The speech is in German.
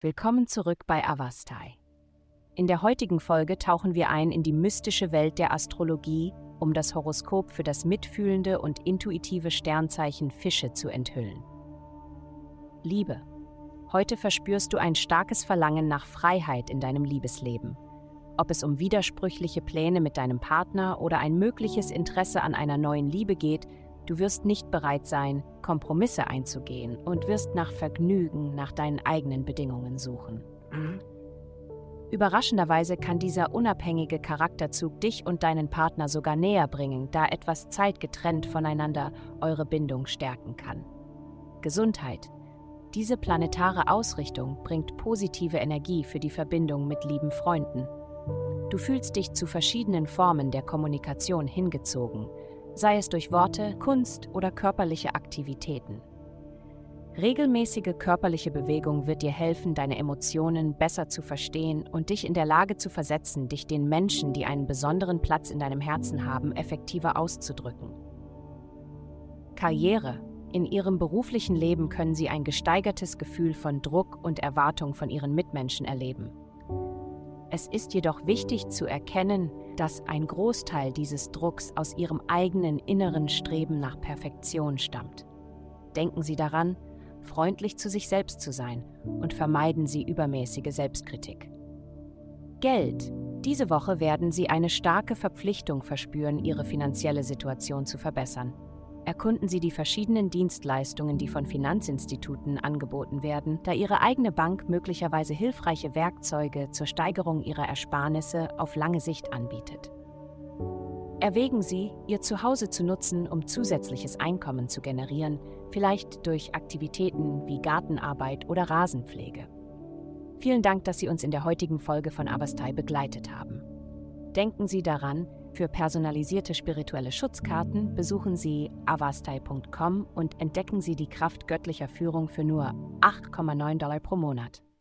Willkommen zurück bei Avastai. In der heutigen Folge tauchen wir ein in die mystische Welt der Astrologie, um das Horoskop für das mitfühlende und intuitive Sternzeichen Fische zu enthüllen. Liebe. Heute verspürst du ein starkes Verlangen nach Freiheit in deinem Liebesleben. Ob es um widersprüchliche Pläne mit deinem Partner oder ein mögliches Interesse an einer neuen Liebe geht, du wirst nicht bereit sein, Kompromisse einzugehen und wirst nach Vergnügen, nach deinen eigenen Bedingungen suchen. Überraschenderweise kann dieser unabhängige Charakterzug dich und deinen Partner sogar näher bringen, da etwas Zeit getrennt voneinander eure Bindung stärken kann. Gesundheit. Diese planetare Ausrichtung bringt positive Energie für die Verbindung mit lieben Freunden. Du fühlst dich zu verschiedenen Formen der Kommunikation hingezogen, sei es durch Worte, Kunst oder körperliche Aktivitäten. Regelmäßige körperliche Bewegung wird dir helfen, deine Emotionen besser zu verstehen und dich in der Lage zu versetzen, dich den Menschen, die einen besonderen Platz in deinem Herzen haben, effektiver auszudrücken. Karriere. In ihrem beruflichen Leben können sie ein gesteigertes Gefühl von Druck und Erwartung von ihren Mitmenschen erleben. Es ist jedoch wichtig zu erkennen, dass ein Großteil dieses Drucks aus ihrem eigenen inneren Streben nach Perfektion stammt. Denken Sie daran, freundlich zu sich selbst zu sein und vermeiden Sie übermäßige Selbstkritik. Geld. Diese Woche werden Sie eine starke Verpflichtung verspüren, Ihre finanzielle Situation zu verbessern. Erkunden Sie die verschiedenen Dienstleistungen, die von Finanzinstituten angeboten werden, da Ihre eigene Bank möglicherweise hilfreiche Werkzeuge zur Steigerung Ihrer Ersparnisse auf lange Sicht anbietet. Erwägen Sie, Ihr Zuhause zu nutzen, um zusätzliches Einkommen zu generieren, vielleicht durch Aktivitäten wie Gartenarbeit oder Rasenpflege. Vielen Dank, dass Sie uns in der heutigen Folge von Avastai begleitet haben. Denken Sie daran, für personalisierte spirituelle Schutzkarten besuchen Sie avastai.com und entdecken Sie die Kraft göttlicher Führung für nur $8,9 pro Monat.